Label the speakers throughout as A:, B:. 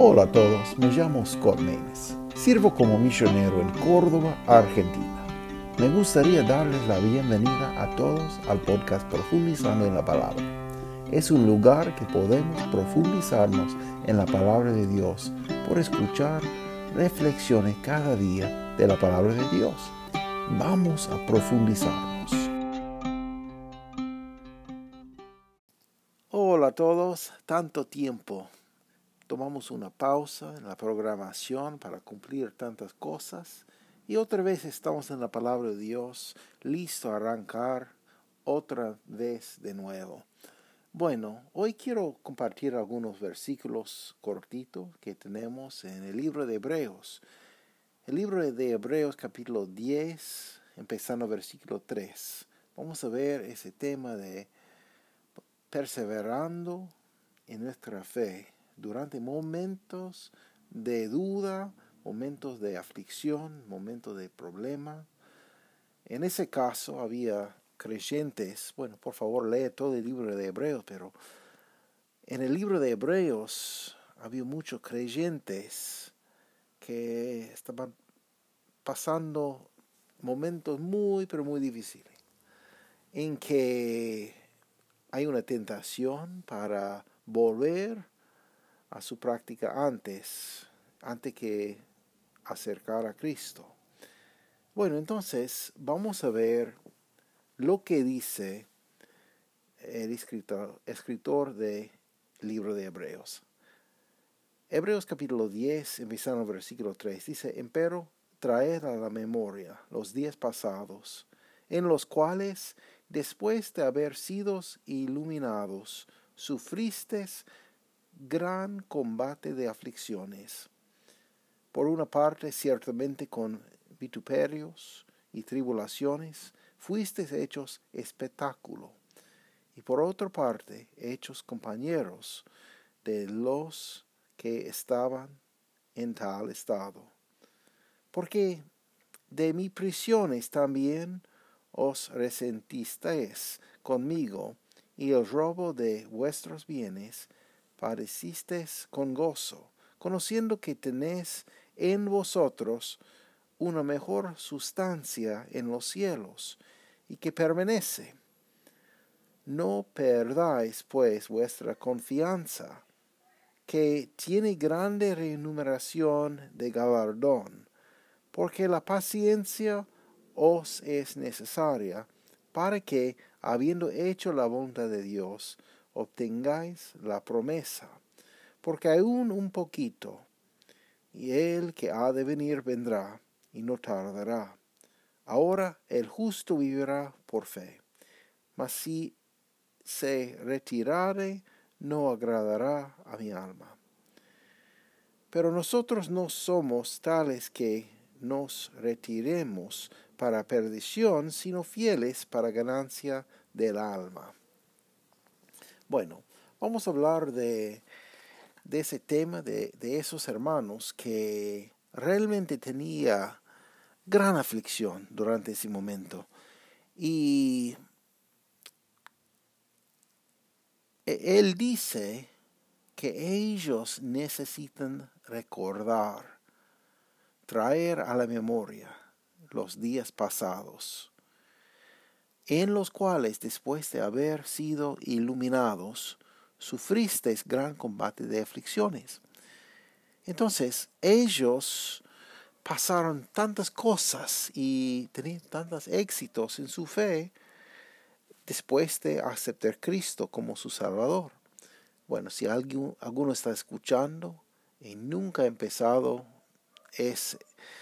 A: Hola a todos, me llamo Scott Maines. Sirvo como misionero en Córdoba, Argentina. Me gustaría darles la bienvenida a todos al podcast Profundizando en la Palabra. Es un lugar que podemos profundizarnos en la Palabra de Dios por escuchar reflexiones cada día de la Palabra de Dios. Vamos a profundizarnos. Hola a todos, tanto tiempo. Tomamos una pausa en la programación para cumplir tantas cosas y otra vez estamos en la palabra de Dios, listo a arrancar otra vez de nuevo. Bueno, hoy quiero compartir algunos versículos cortitos que tenemos en el libro de Hebreos. El libro de Hebreos capítulo 10, empezando versículo 3. Vamos a ver ese tema de perseverando en nuestra fe durante momentos de duda, momentos de aflicción, momentos de problema. En ese caso había creyentes, bueno, por favor lee todo el libro de Hebreos, pero en el libro de Hebreos había muchos creyentes que estaban pasando momentos pero muy difíciles, en que hay una tentación para volver a su práctica antes que acercar a Cristo. Bueno, entonces vamos a ver lo que dice el escritor del libro de Hebreos. Hebreos capítulo 10, empezando el versículo 3, dice: Empero traed a la memoria los días pasados, en los cuales, después de haber sido iluminados, sufristeis gran combate de aflicciones. Por una parte, ciertamente con vituperios y tribulaciones, fuisteis hechos espectáculo, y por otra parte, hechos compañeros de los que estaban en tal estado. Porque de mis prisiones también os resentisteis conmigo, y el robo de vuestros bienes padecisteis con gozo, conociendo que tenéis en vosotros una mejor sustancia en los cielos, y que permanece. No perdáis pues vuestra confianza, que tiene grande remuneración de galardón, porque la paciencia os es necesaria, para que, habiendo hecho la voluntad de Dios, obtengáis la promesa. Porque aún un poquito, y el que ha de venir vendrá, y no tardará. Ahora el justo vivirá por fe. Mas si se retirare, no agradará a mi alma. Pero nosotros no somos tales que nos retiremos para perdición, sino fieles para ganancia del alma. Bueno, vamos a hablar de ese tema, de esos hermanos que realmente tenía gran aflicción durante ese momento. Y él dice que ellos necesitan recordar, traer a la memoria los días pasados, en los cuales, después de haber sido iluminados, sufristeis gran combate de aflicciones. Entonces, ellos pasaron tantas cosas y tenían tantos éxitos en su fe después de aceptar a Cristo como su Salvador. Bueno, si alguno está escuchando y nunca ha empezado esa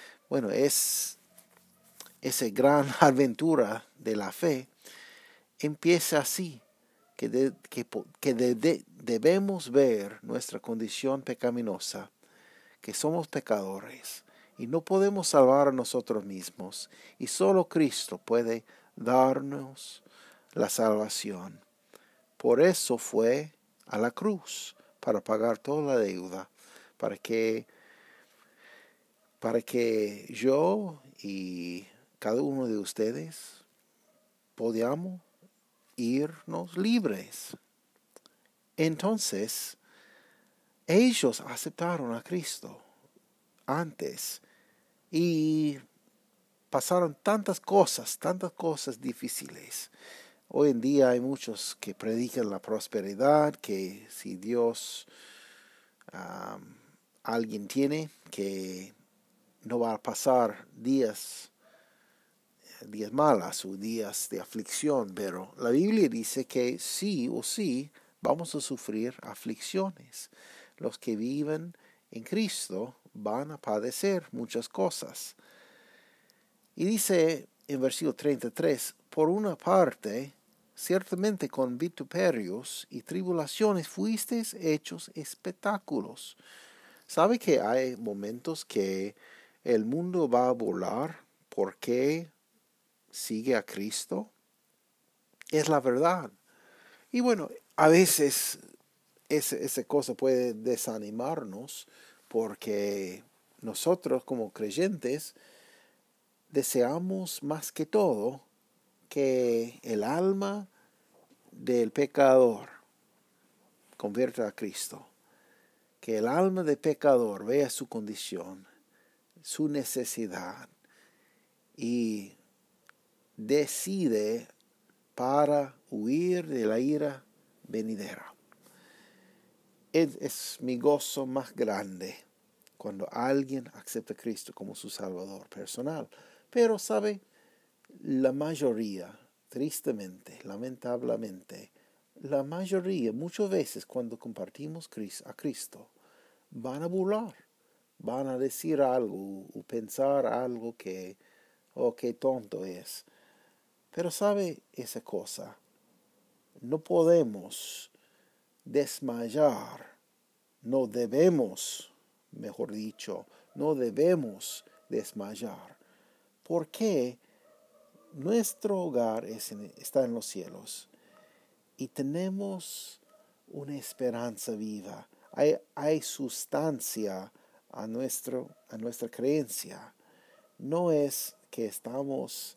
A: gran aventura de la fe, empieza así, que debemos ver nuestra condición pecaminosa, que somos pecadores y no podemos salvar a nosotros mismos, y solo Cristo puede darnos la salvación. Por eso fue a la cruz, para pagar toda la deuda, para que yo y cada uno de ustedes podamos irnos libres. Entonces, ellos aceptaron a Cristo antes y pasaron tantas cosas difíciles. Hoy en día hay muchos que predican la prosperidad, que si Dios alguien tiene, que no va a pasar días malas o días de aflicción, pero la Biblia dice que sí o sí vamos a sufrir aflicciones. Los que viven en Cristo van a padecer muchas cosas. Y dice en versículo 33, por una parte, ciertamente con vituperios y tribulaciones fuisteis hechos espectáculos. ¿Sabe que hay momentos que el mundo va a volar porque sigue a Cristo? Es la verdad. Y bueno, a veces esa cosa puede desanimarnos porque nosotros como creyentes deseamos más que todo que el alma del pecador convierta a Cristo. Que el alma del pecador vea su condición, su necesidad y decide para huir de la ira venidera. Es mi gozo más grande cuando alguien acepta a Cristo como su Salvador personal. Pero, ¿sabe? La mayoría, tristemente, lamentablemente, la mayoría, muchas veces cuando compartimos a Cristo, van a burlar, van a decir algo o pensar algo que, oh, qué tonto es. Pero ¿sabe esa cosa? No podemos desmayar, no debemos, mejor dicho, no debemos desmayar. ¿Por qué? Nuestro hogar está en los cielos y tenemos una esperanza viva. Hay sustancia a nuestra creencia. No es que estamos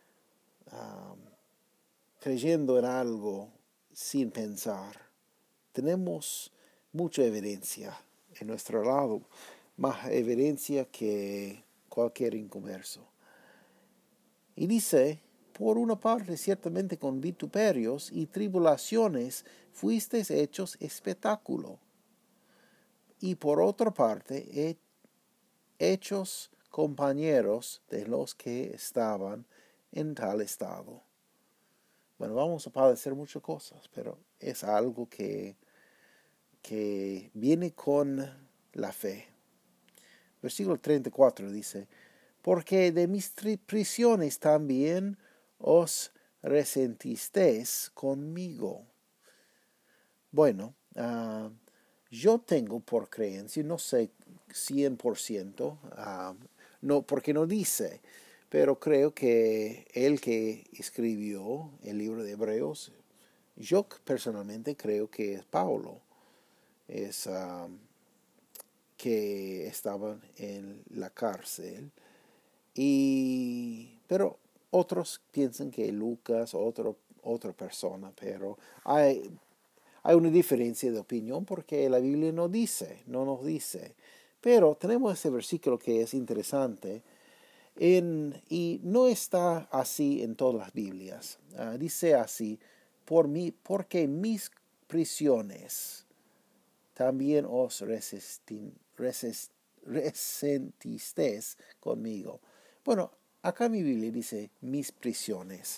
A: creyendo en algo sin pensar. Tenemos mucha evidencia en nuestro lado, más evidencia que cualquier inconverso. Y dice, por una parte, ciertamente con vituperios y tribulaciones fuisteis hechos espectáculo. Y por otra parte, hechos compañeros de los que estaban en tal estado. Bueno, vamos a padecer muchas cosas, pero es algo que viene con la fe. Versículo 34 dice, porque de mis prisiones también os resentisteis conmigo. Bueno, yo tengo por creencia, no sé 100%, no, porque no dice, pero creo que el que escribió el libro de Hebreos, yo personalmente creo que es Pablo, es que estaba en la cárcel. Pero otros piensan que Lucas, otra persona, pero hay una diferencia de opinión porque la Biblia no nos dice. Pero tenemos ese versículo que es interesante y no está así en todas las Biblias. Dice así, porque mis prisiones también os resentisteis conmigo. Bueno, acá mi Biblia dice mis prisiones.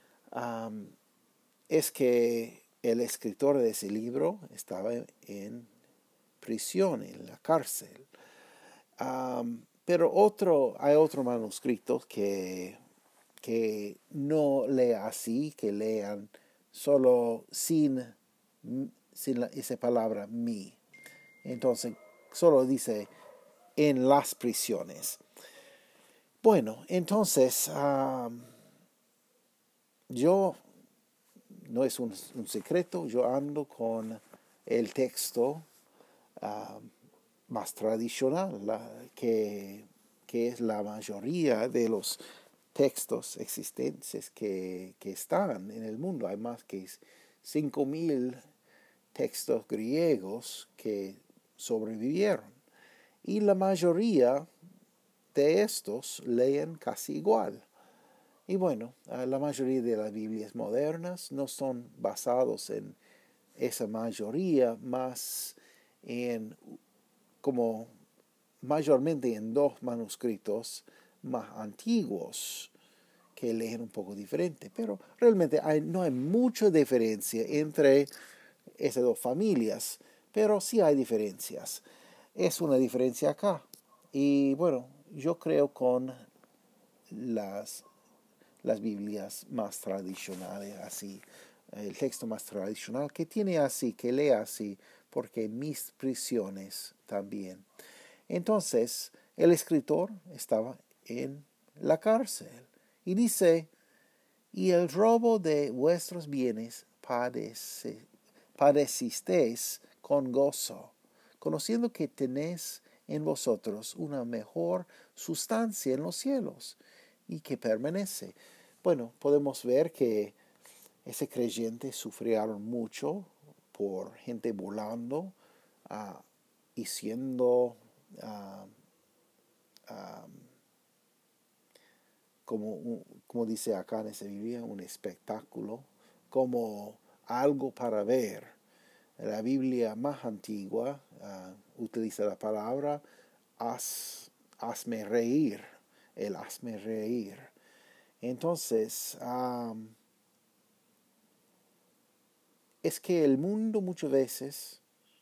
A: Es que el escritor de ese libro estaba en prisión, en la cárcel. Pero hay otro manuscrito que no lea así, que lean solo sin esa palabra mi. Entonces, solo dice en las prisiones. Bueno, entonces, yo, no es un secreto, yo ando con el texto más tradicional, que es la mayoría de los textos existentes que están en el mundo. Hay más que 5,000 textos griegos que sobrevivieron. Y la mayoría de estos leen casi igual. Y bueno, la mayoría de las Biblias modernas no son basados en esa mayoría, más en como mayormente en dos manuscritos más antiguos que leen un poco diferente. Pero realmente no hay mucha diferencia entre esas dos familias, pero sí hay diferencias. Es una diferencia acá. Y bueno, yo creo con las Biblias más tradicionales, así, el texto más tradicional, que tiene así, que lee así, porque mis prisiones también. Entonces, el escritor estaba en la cárcel y dice, y el robo de vuestros bienes padecisteis con gozo, conociendo que tenéis en vosotros una mejor sustancia en los cielos y que permanece. Bueno, podemos ver que ese creyente sufrieron mucho por gente volando y siendo como dice acá en esa Biblia, un espectáculo, como algo para ver. La Biblia más antigua utiliza la palabra hazme reír, el hazme reír. Entonces, es que el mundo muchas veces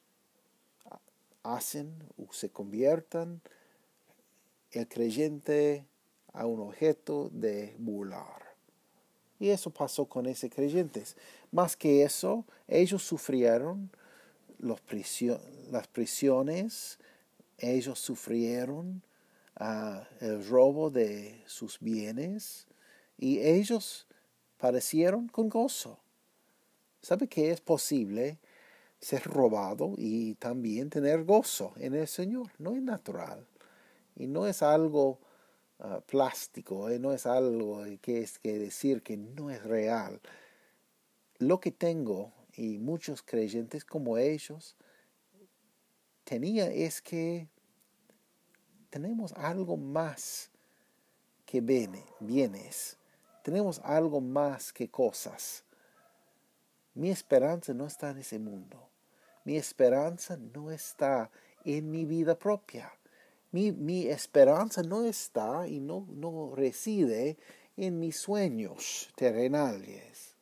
A: hacen o se conviertan el creyente a un objeto de burlar. Y eso pasó con esos creyentes. Más que eso, ellos sufrieron las prisiones, ellos sufrieron el robo de sus bienes y ellos padecieron con gozo. ¿Sabe que es posible ser robado y también tener gozo en el Señor? No es natural y no es algo plástico, no es algo que es que decir que no es real. Lo que tengo y muchos creyentes como ellos tenía es que tenemos algo más que bienes, tenemos algo más que cosas. Mi esperanza no está en ese mundo. Mi esperanza no está en mi vida propia. Mi esperanza no está y no reside en mis sueños terrenales.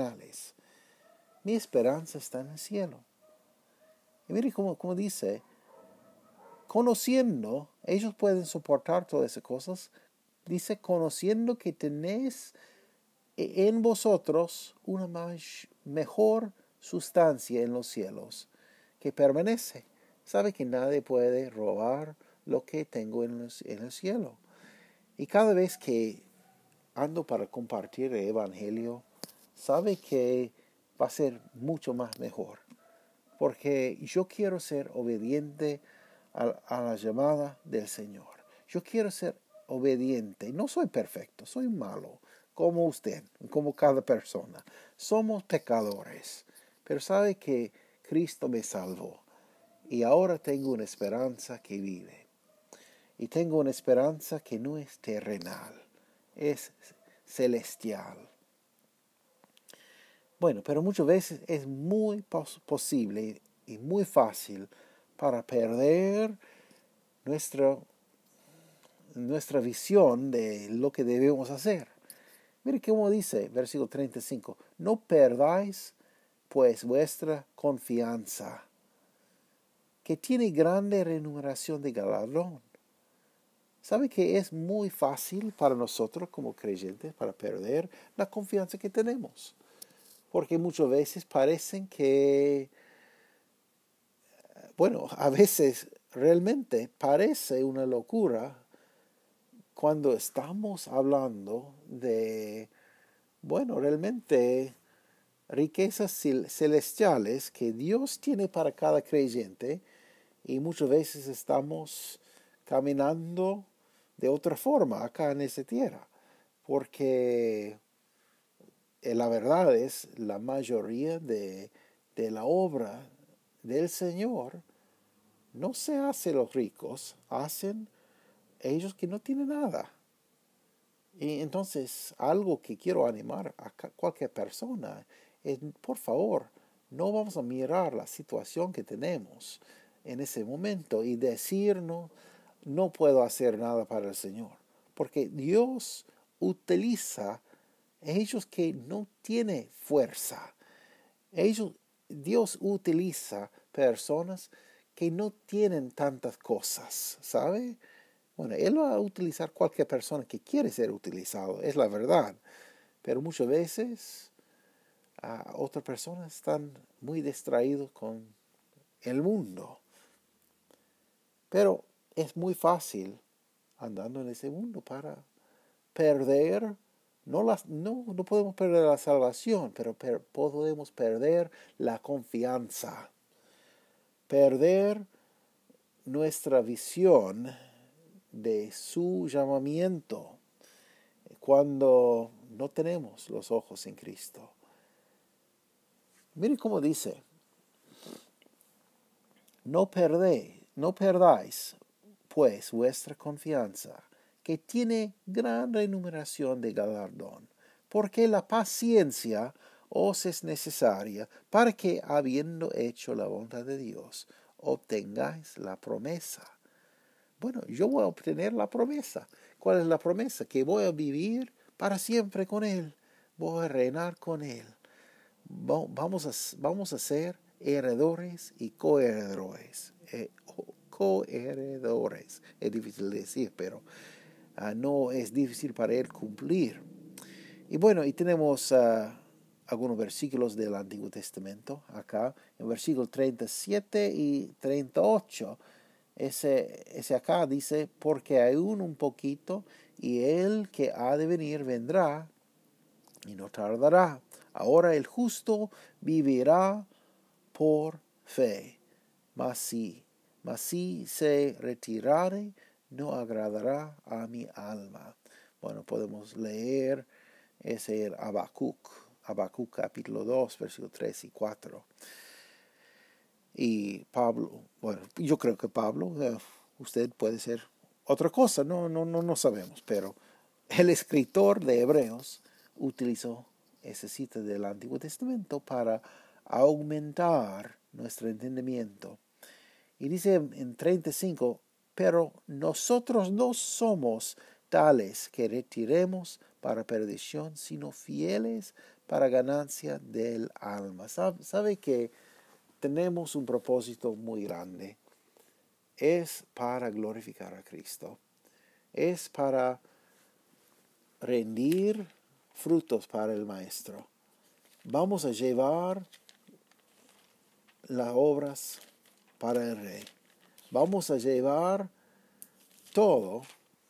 A: Mi esperanza está en el cielo. Y mire cómo dice, conociendo, ellos pueden soportar todas esas cosas. Dice, conociendo que tenéis en vosotros una mejor sustancia en los cielos que permanece. Sabe que nadie puede robar lo que tengo en el cielo. Y cada vez que ando para compartir el Evangelio, sabe que va a ser mucho más mejor. Porque yo quiero ser obediente a la llamada del Señor. Yo quiero ser obediente. No soy perfecto, soy malo, como usted, como cada persona. Somos pecadores. Pero sabe que Cristo me salvó. Y ahora tengo una esperanza que vive. Y tengo una esperanza que no es terrenal, es celestial. Bueno, pero muchas veces es muy posible y muy fácil para perder nuestra visión de lo que debemos hacer. Mire cómo dice, versículo 35, no perdáis pues vuestra confianza, que tiene grande remuneración de galardón. ¿Sabe que es muy fácil para nosotros como creyentes para perder la confianza que tenemos? Porque muchas veces parecen que, bueno, a veces realmente parece una locura cuando estamos hablando de, bueno, realmente riquezas celestiales que Dios tiene para cada creyente y muchas veces estamos caminando de otra forma acá en esta tierra, porque la verdad es la mayoría de la obra del Señor no se hace los ricos, hacen ellos que no tienen nada. Y entonces, algo que quiero animar a cualquier persona es, por favor, no vamos a mirar la situación que tenemos en ese momento y decirnos, no puedo hacer nada para el Señor. Porque Dios utiliza ellos que no tienen fuerza. Dios utiliza personas que no tienen tantas cosas, ¿sabe? Bueno, Él va a utilizar cualquier persona que quiere ser utilizado, es la verdad. Pero muchas veces otras personas están muy distraídos con el mundo. Pero es muy fácil andando en ese mundo para perder, no podemos perder la salvación, pero podemos perder la confianza, perder nuestra visión de su llamamiento cuando no tenemos los ojos en Cristo. Miren cómo dice, no perdáis pues vuestra confianza, que tiene gran remuneración de galardón, porque la paciencia os es necesaria para que, habiendo hecho la voluntad de Dios, obtengáis la promesa. Bueno, yo voy a obtener la promesa. ¿Cuál es la promesa? Que voy a vivir para siempre con Él. Voy a reinar con Él. Vamos a ser heredores y coheredores. Coheredores. Es difícil de decir, pero no es difícil para Él cumplir. Y bueno, y tenemos algunos versículos del Antiguo Testamento acá, en versículos 37 y 38. Ese acá dice, porque aún un poquito, y el que ha de venir vendrá, y no tardará. Ahora el justo vivirá por fe, mas si se retirare, no agradará a mi alma. Bueno, podemos leer ese Habacuc capítulo 2, versículos 3 y 4. Y Pablo, bueno, yo creo que Pablo, usted puede ser otra cosa, no sabemos, pero el escritor de Hebreos utilizó esa cita del Antiguo Testamento para aumentar nuestro entendimiento. Y dice en 35, pero nosotros no somos tales que retiremos para perdición, sino fieles para ganancia del alma. ¿Sabe que tenemos un propósito muy grande? Es para glorificar a Cristo. Es para rendir frutos para el Maestro. Vamos a llevar las obras para el Rey. Vamos a llevar todo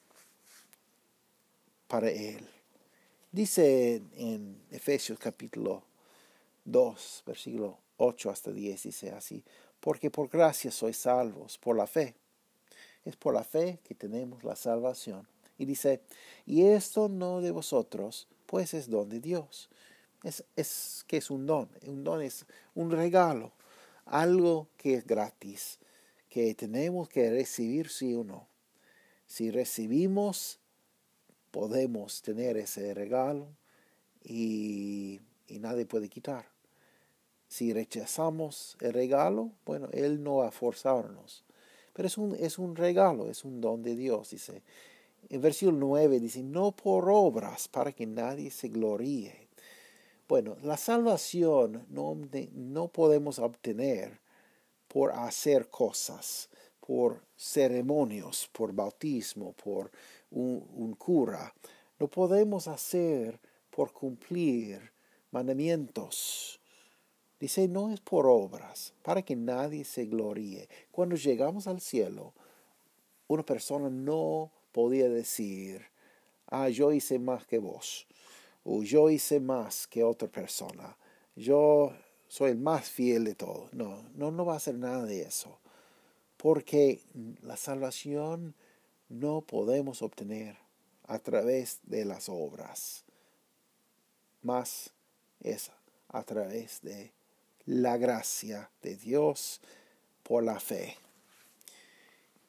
A: para Él. Dice en Efesios capítulo 2, versículo 8 hasta 10, dice así, porque por gracia sois salvos, por la fe. Es por la fe que tenemos la salvación. Y dice, y esto no de vosotros, pues es don de Dios. ¿Qué es un don? Un don es un regalo, algo que es gratis, que tenemos que recibir sí o no. Si recibimos, podemos tener ese regalo y nadie puede quitar. Si rechazamos el regalo, bueno, Él no va a forzarnos. Pero es un regalo, es un don de Dios, dice. En versículo 9 dice, no por obras para que nadie se gloríe. Bueno, la salvación no podemos obtener por hacer cosas, por ceremonias, por bautismo, por un cura. Lo podemos hacer por cumplir mandamientos. Dice, no es por obras, para que nadie se gloríe. Cuando llegamos al cielo, una persona no podía decir, yo hice más que vos, o yo hice más que otra persona, yo soy el más fiel de todos. No va a hacer nada de eso, porque la salvación no podemos obtener a través de las obras, más es a través de la gracia de Dios por la fe.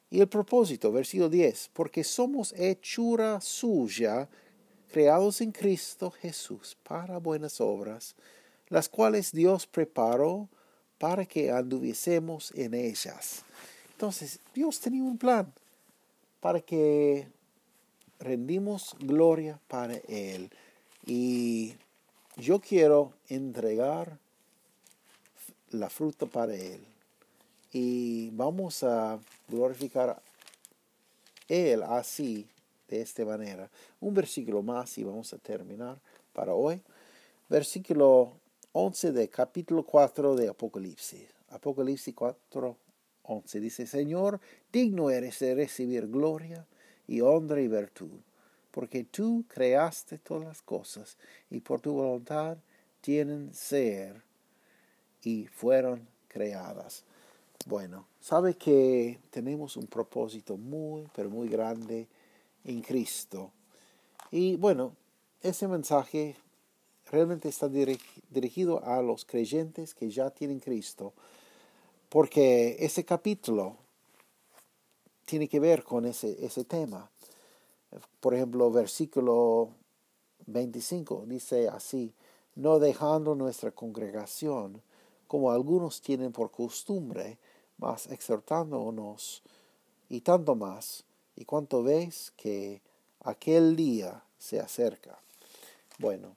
A: Y el propósito, versículo 10, porque somos hechura suya, creados en Cristo Jesús para buenas obras, las cuales Dios preparó para que anduviésemos en ellas. Entonces, Dios tenía un plan para que rendimos gloria para Él. Y yo quiero entregar la fruta para Él. Y vamos a glorificar a Él así, de esta manera. Un versículo más y vamos a terminar para hoy. Versículo 11 de capítulo 4 de Apocalipsis. Apocalipsis 4:11 dice: Señor, digno eres de recibir gloria y honra y virtud, porque tú creaste todas las cosas y por tu voluntad tienen ser y fueron creadas. Bueno, sabe que tenemos un propósito muy, pero muy grande en Cristo. Y bueno, ese mensaje realmente está dirigido a los creyentes que ya tienen Cristo, porque ese capítulo tiene que ver con ese tema. Por ejemplo, versículo 25 dice así: no dejando nuestra congregación, como algunos tienen por costumbre, mas exhortándonos, y tanto más, y cuanto ves que aquel día se acerca. Bueno,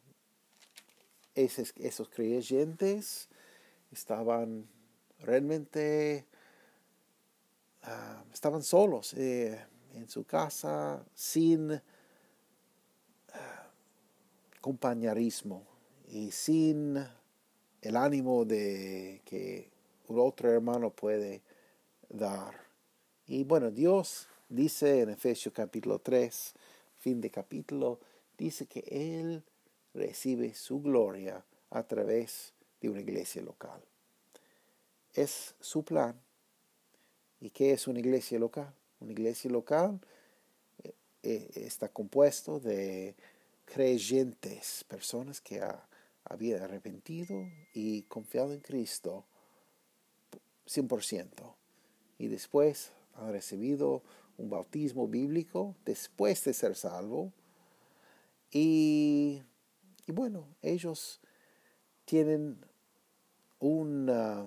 A: esos creyentes estaban realmente estaban solos en su casa, sin compañerismo y sin el ánimo de que un otro hermano puede dar. Y bueno, Dios dice en Efesios capítulo 3, fin de capítulo, dice que Él recibe su gloria a través de una iglesia local. Es su plan. ¿Y qué es una iglesia local? Una iglesia local está compuesto de creyentes, personas que habían arrepentido y confiado en Cristo 100%. Y después han recibido un bautismo bíblico después de ser salvo. Y bueno, ellos tienen un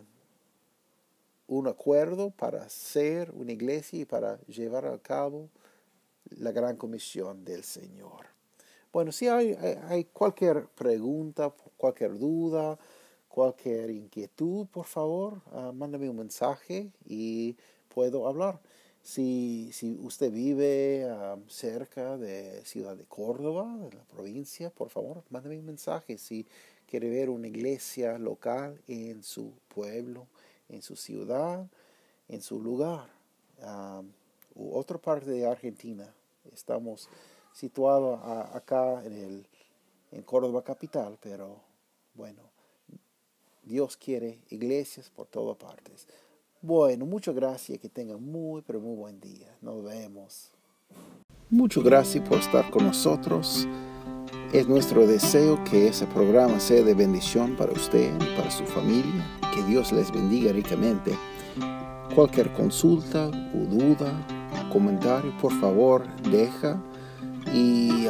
A: acuerdo para ser una iglesia y para llevar a cabo la gran comisión del Señor. Bueno, si hay cualquier pregunta, cualquier duda, cualquier inquietud, por favor, mándame un mensaje y puedo hablar. Si usted vive cerca de Ciudad de Córdoba, de la provincia, por favor, mándame un mensaje. Si quiere ver una iglesia local en su pueblo, en su ciudad, en su lugar, u otra parte de Argentina. Estamos situados acá en Córdoba capital, pero bueno, Dios quiere iglesias por todas partes. Bueno, muchas gracias, que tengan muy, pero muy buen día. Nos vemos. Muchas gracias por estar con nosotros. Es nuestro deseo que ese programa sea de bendición para usted y para su familia. Que Dios les bendiga ricamente. Cualquier consulta o duda, comentario, por favor, deja. Y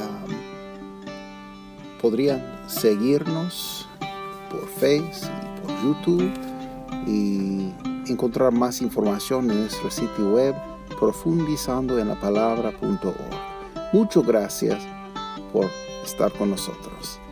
A: podrían seguirnos por Facebook y por YouTube y encontrar más información en nuestro sitio web profundizandoenlapalabra.org. Muchas gracias por estar con nosotros.